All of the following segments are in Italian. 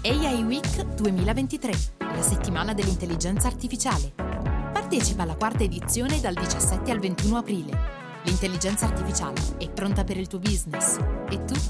AI Week 2023, la settimana dell'intelligenza artificiale. Partecipa alla quarta edizione dal 17 al 21 aprile. L'intelligenza artificiale è pronta per il tuo business. E tu?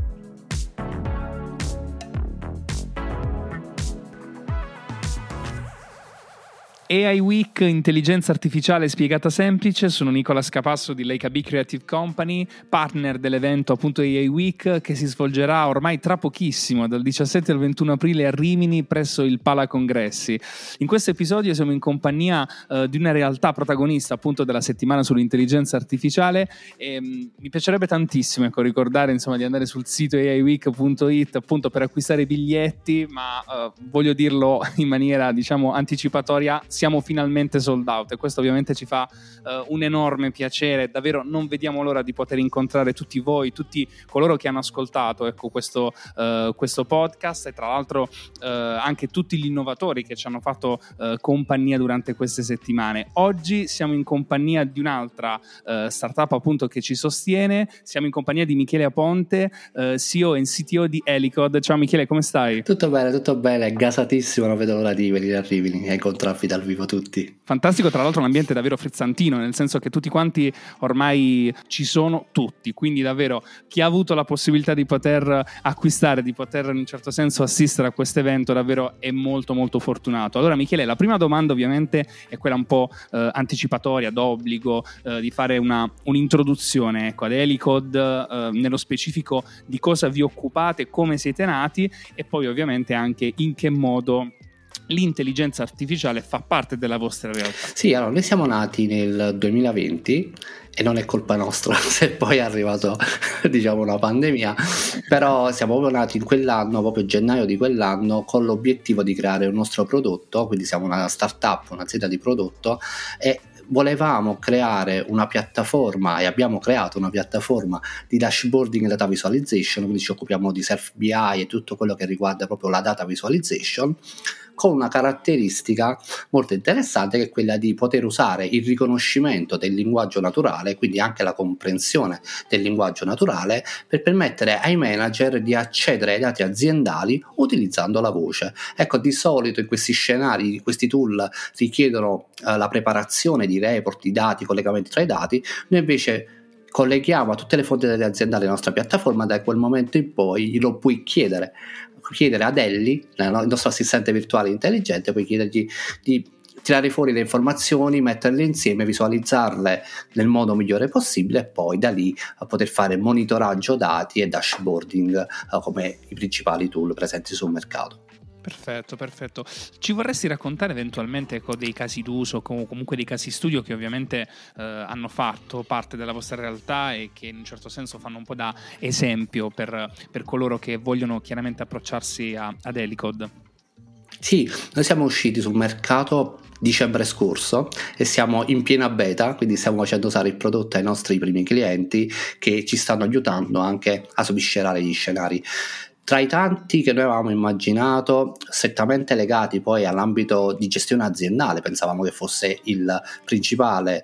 AI Week, intelligenza artificiale spiegata semplice. Sono Nicola Scapasso di Leica B Creative Company, partner dell'evento appunto AI Week, che si svolgerà ormai tra pochissimo, dal 17 al 21 aprile a Rimini presso il Pala Congressi. In questo episodio siamo in compagnia di una realtà protagonista appunto della settimana sull'intelligenza artificiale e mi piacerebbe tantissimo ricordare di andare sul sito aiweek.it appunto per acquistare i biglietti, ma voglio dirlo in maniera anticipatoria: siamo finalmente sold out e questo ovviamente ci fa un enorme piacere. Davvero non vediamo l'ora di poter incontrare tutti voi, tutti coloro che hanno ascoltato questo podcast, e tra l'altro anche tutti gli innovatori che ci hanno fatto compagnia durante queste settimane. Oggi siamo in compagnia di un'altra startup appunto che ci sostiene. Siamo in compagnia di Michele Aponte, CEO e CTO di Helicod. Ciao Michele, come stai? Tutto bene, gasatissimo, non vedo l'ora di venire a Rimini e incontrarvi dal vivo tutti. Fantastico, tra l'altro un ambiente davvero frizzantino, nel senso che tutti quanti ormai ci sono tutti, quindi davvero chi ha avuto la possibilità di poter acquistare, di poter in un certo senso assistere a questo evento davvero è molto molto fortunato. Allora Michele, la prima domanda ovviamente è quella un po' anticipatoria, d'obbligo, di fare un'introduzione ad Helicod, nello specifico di cosa vi occupate, come siete nati e poi ovviamente anche in che modo l'intelligenza artificiale fa parte della vostra realtà. Sì, allora noi siamo nati nel 2020 e non è colpa nostra se poi è arrivato una pandemia, però siamo proprio nati in quell'anno, proprio gennaio di quell'anno, con l'obiettivo di creare un nostro prodotto. Quindi siamo una startup, un'azienda di prodotto, e volevamo creare una piattaforma, e abbiamo creato una piattaforma di dashboarding e data visualization. Quindi ci occupiamo di self BI e tutto quello che riguarda proprio la data visualization, con una caratteristica molto interessante che è quella di poter usare il riconoscimento del linguaggio naturale, quindi anche la comprensione del linguaggio naturale, per permettere ai manager di accedere ai dati aziendali utilizzando la voce. Ecco, di solito in questi scenari, questi tool richiedono la preparazione di report, di dati, collegamenti tra i dati. Noi invece colleghiamo a tutte le fonti delle aziendali la nostra piattaforma. Da quel momento in poi lo puoi chiedere ad Ellie, il nostro assistente virtuale intelligente, puoi chiedergli di tirare fuori le informazioni, metterle insieme, visualizzarle nel modo migliore possibile e poi da lì a poter fare monitoraggio dati e dashboarding come i principali tool presenti sul mercato. Perfetto. Ci vorresti raccontare eventualmente dei casi d'uso o comunque dei casi studio che ovviamente hanno fatto parte della vostra realtà e che in un certo senso fanno un po' da esempio per coloro che vogliono chiaramente approcciarsi ad Helicod? Sì, noi siamo usciti sul mercato dicembre scorso e siamo in piena beta, quindi stiamo facendo usare il prodotto ai nostri primi clienti, che ci stanno aiutando anche a sviscerare gli scenari. Tra i tanti che noi avevamo immaginato, strettamente legati poi all'ambito di gestione aziendale, pensavamo che fosse il principale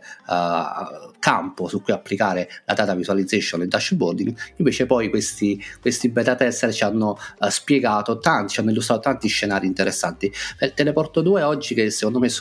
campo su cui applicare la data visualization e dashboarding, invece poi questi beta tester ci hanno spiegato tanti, ci hanno illustrato tanti scenari interessanti. Te ne porto due oggi che secondo me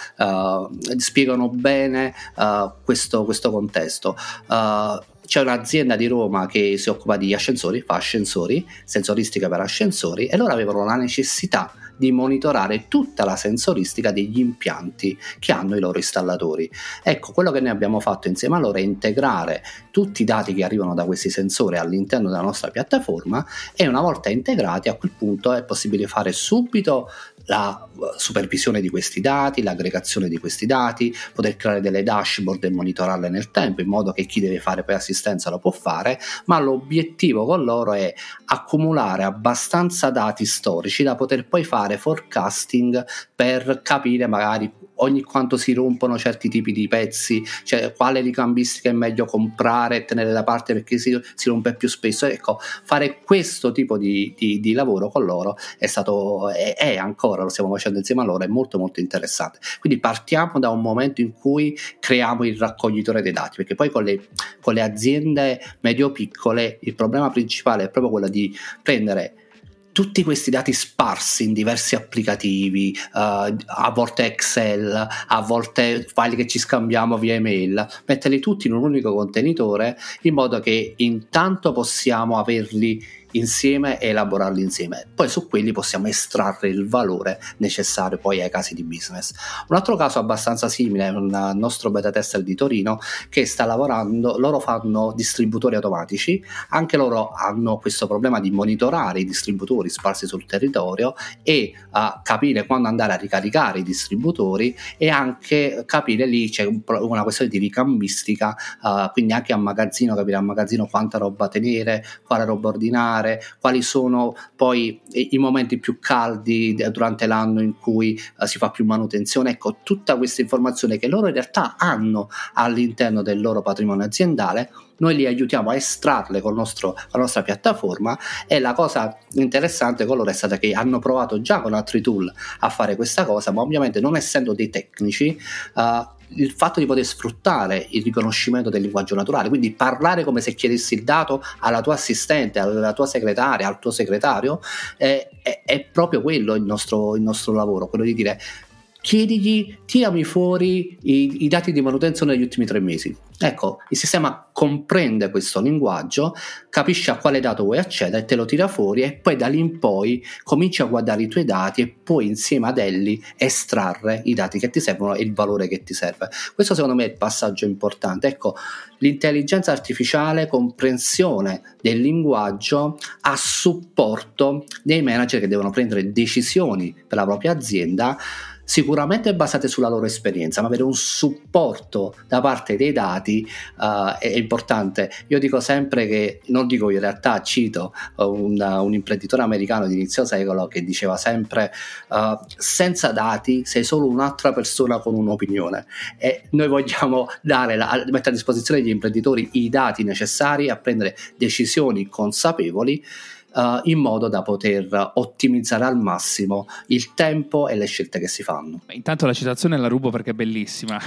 spiegano bene questo contesto. C'è un'azienda di Roma che si occupa di ascensori, fa ascensori, sensoristica per ascensori, e loro avevano la necessità di monitorare tutta la sensoristica degli impianti che hanno i loro installatori. Ecco, quello che noi abbiamo fatto insieme a loro è integrare tutti i dati che arrivano da questi sensori all'interno della nostra piattaforma, e una volta integrati a quel punto è possibile fare subito la supervisione di questi dati, l'aggregazione di questi dati, poter creare delle dashboard e monitorarle nel tempo, in modo che chi deve fare poi assistenza lo può fare, ma l'obiettivo con loro è accumulare abbastanza dati storici da poter poi fare forecasting per capire magari ogni quanto si rompono certi tipi di pezzi, cioè quale ricambistica è meglio comprare e tenere da parte perché si rompe più spesso. Ecco, fare questo tipo di lavoro con loro è ancora, lo stiamo facendo insieme a loro, è molto molto interessante. Quindi partiamo da un momento in cui creiamo il raccoglitore dei dati, perché poi con le aziende medio-piccole il problema principale è proprio quello di prendere tutti questi dati sparsi in diversi applicativi, a volte Excel, a volte file che ci scambiamo via email, metterli tutti in un unico contenitore in modo che intanto possiamo averli insieme e elaborarli insieme, poi su quelli possiamo estrarre il valore necessario poi ai casi di business. Un altro caso abbastanza simile è un nostro beta tester di Torino che sta lavorando, loro fanno distributori automatici, anche loro hanno questo problema di monitorare i distributori sparsi sul territorio e capire quando andare a ricaricare i distributori, e anche capire, lì c'è una questione di ricambistica, quindi anche a magazzino, capire a magazzino quanta roba tenere, quale roba ordinare, quali sono poi i momenti più caldi durante l'anno in cui si fa più manutenzione. Ecco, tutta questa informazione che loro in realtà hanno all'interno del loro patrimonio aziendale, noi li aiutiamo a estrarle con la nostra piattaforma. E la cosa interessante con loro è stata che hanno provato già con altri tool a fare questa cosa, ma ovviamente non essendo dei tecnici, il fatto di poter sfruttare il riconoscimento del linguaggio naturale, quindi parlare come se chiedessi il dato alla tua assistente, alla tua segretaria, al tuo segretario, è proprio quello il nostro lavoro, quello di dire: chiedigli, tirami fuori i dati di manutenzione degli ultimi 3 mesi. Ecco, il sistema comprende questo linguaggio, capisce a quale dato vuoi accedere, te lo tira fuori, e poi da lì in poi cominci a guardare i tuoi dati e poi insieme ad elli estrarre i dati che ti servono e il valore che ti serve. Questo secondo me è il passaggio importante. Ecco, l'intelligenza artificiale, comprensione del linguaggio a supporto dei manager che devono prendere decisioni per la propria azienda, sicuramente basate sulla loro esperienza, ma avere un supporto da parte dei dati è importante. Io dico sempre che, non dico io, in realtà cito un imprenditore americano di inizio secolo che diceva sempre: senza dati sei solo un'altra persona con un'opinione. E noi vogliamo mettere a disposizione degli imprenditori i dati necessari a prendere decisioni consapevoli, in modo da poter ottimizzare al massimo il tempo e le scelte che si fanno. Intanto la citazione la rubo perché è bellissima.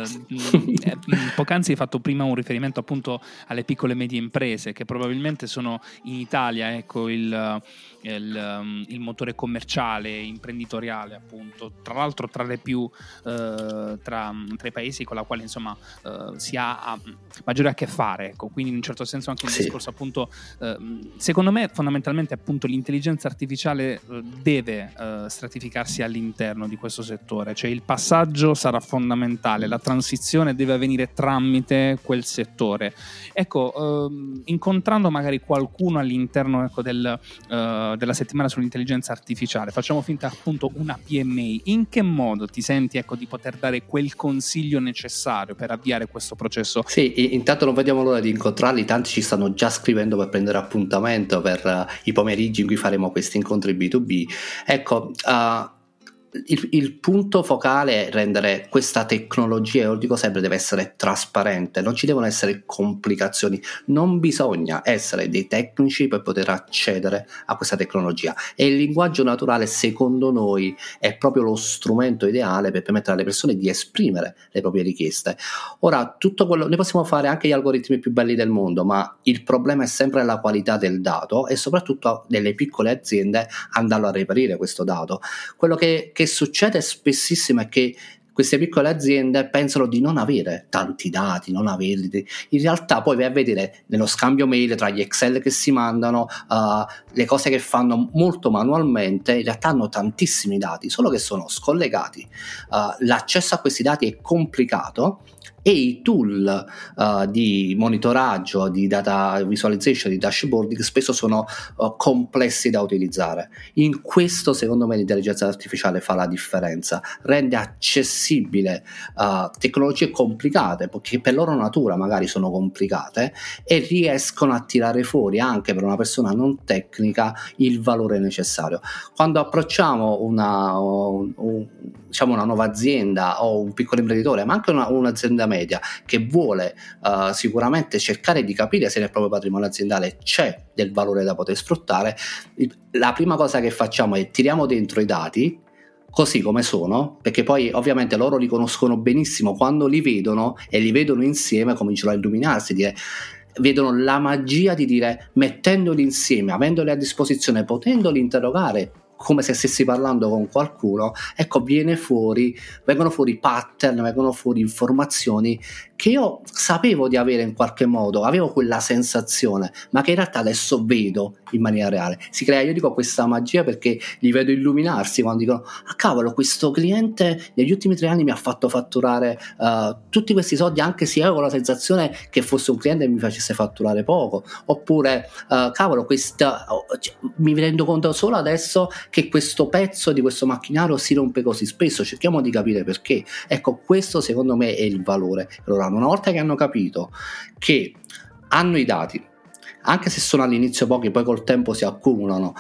Poc'anzi hai fatto prima un riferimento appunto alle piccole e medie imprese, che probabilmente sono in Italia, ecco, il motore commerciale, imprenditoriale, appunto, tra l'altro tra le più tra i paesi con la quale insomma si ha maggiore a che fare, ecco. Quindi in un certo senso anche un discorso appunto secondo me fondamentalmente appunto l'intelligenza artificiale deve stratificarsi all'interno di questo settore, cioè il passaggio sarà fondamentale, la transizione deve avvenire tramite quel settore. Ecco, incontrando magari qualcuno all'interno, ecco, della settimana sull'intelligenza artificiale, facciamo finta appunto una PMI, in che modo ti senti, ecco, di poter dare quel consiglio necessario per avviare questo processo? Sì, intanto non vediamo l'ora di incontrarli, tanti ci stanno già scrivendo per prendere appuntamento per i pomeriggi in cui faremo questi incontri B2B. Ecco, il punto focale è rendere questa tecnologia, io lo dico sempre, deve essere trasparente, non ci devono essere complicazioni, non bisogna essere dei tecnici per poter accedere a questa tecnologia, e il linguaggio naturale secondo noi è proprio lo strumento ideale per permettere alle persone di esprimere le proprie richieste. Ora, tutto quello, noi possiamo fare anche gli algoritmi più belli del mondo, ma il problema è sempre la qualità del dato, e soprattutto nelle piccole aziende andarlo a reperire questo dato. Quello che succede spessissimo è che queste piccole aziende pensano di non avere tanti dati, non averli. In realtà poi vai a vedere nello scambio mail, tra gli Excel che si mandano, le cose che fanno molto manualmente, in realtà hanno tantissimi dati, solo che sono scollegati. L'accesso a questi dati è complicato, e i tool di monitoraggio, di data visualization, di dashboarding spesso sono complessi da utilizzare. In questo secondo me l'intelligenza artificiale fa la differenza, rende accessibile tecnologie complicate, che per loro natura magari sono complicate, e riescono a tirare fuori anche per una persona non tecnica il valore necessario. Quando approcciamo una nuova azienda o un piccolo imprenditore, ma anche un'azienda media che vuole sicuramente cercare di capire se nel proprio patrimonio aziendale c'è del valore da poter sfruttare, la prima cosa che facciamo è tiriamo dentro i dati così come sono, perché poi ovviamente loro li conoscono benissimo, quando li vedono e li vedono insieme cominciano a illuminarsi, dire vedono la magia di dire, mettendoli insieme, avendoli a disposizione, potendoli interrogare come se stessi parlando con qualcuno, ecco, vengono fuori pattern, vengono fuori informazioni che io sapevo di avere in qualche modo, avevo quella sensazione, ma che in realtà adesso vedo in maniera reale. Si crea, io dico, questa magia perché li vedo illuminarsi quando dicono, ah cavolo, questo cliente negli ultimi 3 anni mi ha fatto fatturare tutti questi soldi, anche se io avevo la sensazione che fosse un cliente e mi facesse fatturare poco, oppure cavolo, mi rendo conto solo adesso che questo pezzo di questo macchinario si rompe così spesso, cerchiamo di capire perché. Ecco, questo secondo me è il valore. Allora, una volta che hanno capito che hanno i dati, anche se sono all'inizio pochi, poi col tempo si accumulano,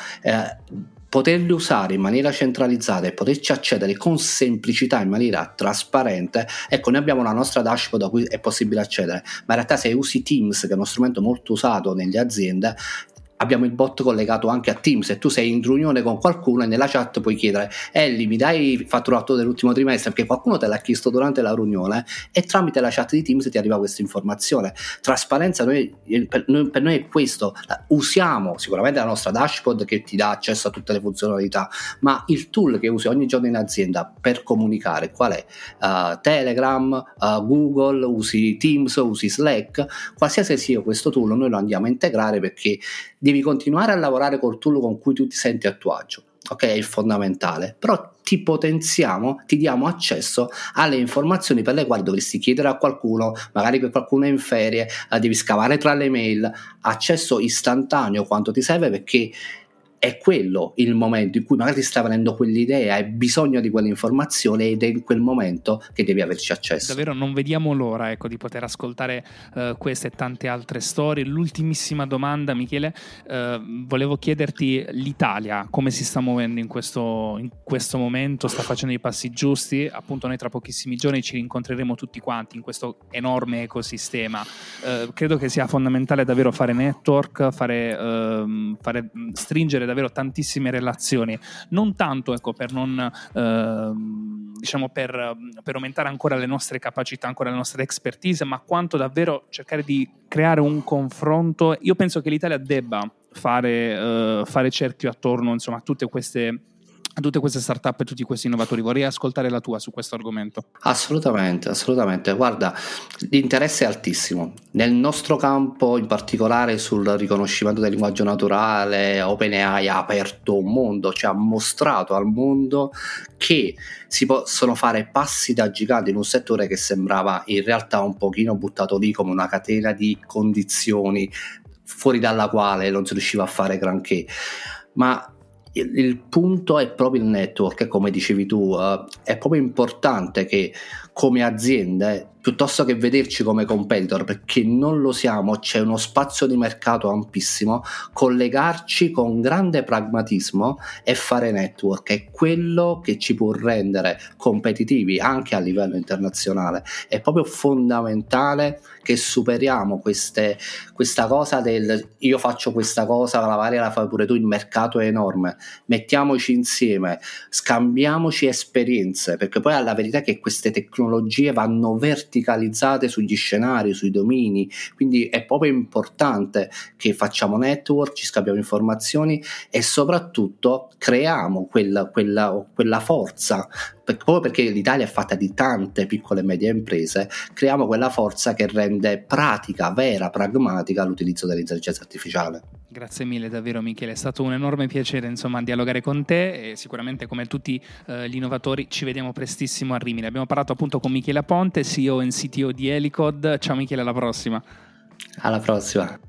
poterli usare in maniera centralizzata e poterci accedere con semplicità, in maniera trasparente, ecco, noi abbiamo la nostra dashboard a cui è possibile accedere, ma in realtà se usi Teams, che è uno strumento molto usato nelle aziende, abbiamo il bot collegato anche a Teams, e tu sei in riunione con qualcuno e nella chat puoi chiedere, Ellie, mi dai il fatturato dell'ultimo trimestre, perché qualcuno te l'ha chiesto durante la riunione, e tramite la chat di Teams ti arriva questa informazione. Trasparenza per noi è questo. Usiamo sicuramente la nostra dashboard che ti dà accesso a tutte le funzionalità, ma il tool che usi ogni giorno in azienda per comunicare qual è? Telegram, Google, usi Teams, usi Slack, qualsiasi sia questo tool noi lo andiamo a integrare, perché devi continuare a lavorare col tool con cui tu ti senti a tuo agio, ok? È fondamentale, però ti potenziamo, ti diamo accesso alle informazioni per le quali dovresti chiedere a qualcuno, magari che qualcuno è in ferie, devi scavare tra le mail, accesso istantaneo quanto ti serve, perché è quello il momento in cui magari ti sta venendo quell'idea, hai bisogno di quell'informazione, ed è in quel momento che devi averci accesso. Davvero non vediamo l'ora, ecco, di poter ascoltare queste e tante altre storie. L'ultimissima domanda, Michele, volevo chiederti, l'Italia come si sta muovendo in questo momento? Sta facendo i passi giusti? Appunto, noi tra pochissimi giorni ci rincontreremo tutti quanti in questo enorme ecosistema. Credo che sia fondamentale davvero fare network, fare stringere davvero tantissime relazioni, non tanto, ecco, per non diciamo per aumentare ancora le nostre capacità, ancora la nostra expertise, ma quanto davvero cercare di creare un confronto. Io penso che l'Italia debba fare cerchio attorno, insomma, a tutte queste startup e tutti questi innovatori. Vorrei ascoltare la tua su questo argomento. Assolutamente. Guarda, l'interesse è altissimo. Nel nostro campo, in particolare sul riconoscimento del linguaggio naturale, OpenAI ha aperto un mondo, cioè ha mostrato al mondo che si possono fare passi da gigante in un settore che sembrava in realtà un pochino buttato lì come una catena di condizioni fuori dalla quale non si riusciva a fare granché. Ma il punto è proprio il network, come dicevi tu, è proprio importante che come aziende, piuttosto che vederci come competitor, perché non lo siamo, c'è uno spazio di mercato ampissimo, collegarci con grande pragmatismo e fare network è quello che ci può rendere competitivi anche a livello internazionale. È proprio fondamentale che superiamo questa cosa del io faccio questa cosa, la varia la fai pure tu, il mercato è enorme, mettiamoci insieme, scambiamoci esperienze, perché poi la verità è che queste tecnologie vanno verticalizzate sugli scenari, sui domini, quindi è proprio importante che facciamo network, ci scambiamo informazioni e soprattutto creiamo quella forza, proprio perché l'Italia è fatta di tante piccole e medie imprese, creiamo quella forza che rende pratica, vera, pragmatica l'utilizzo dell'intelligenza artificiale. Grazie mille davvero, Michele, è stato un enorme piacere, insomma, dialogare con te, e sicuramente come tutti gli innovatori ci vediamo prestissimo a Rimini. Abbiamo parlato appunto con Michele Aponte, CEO e CTO di Elicod. Ciao Michele, alla prossima. Alla prossima.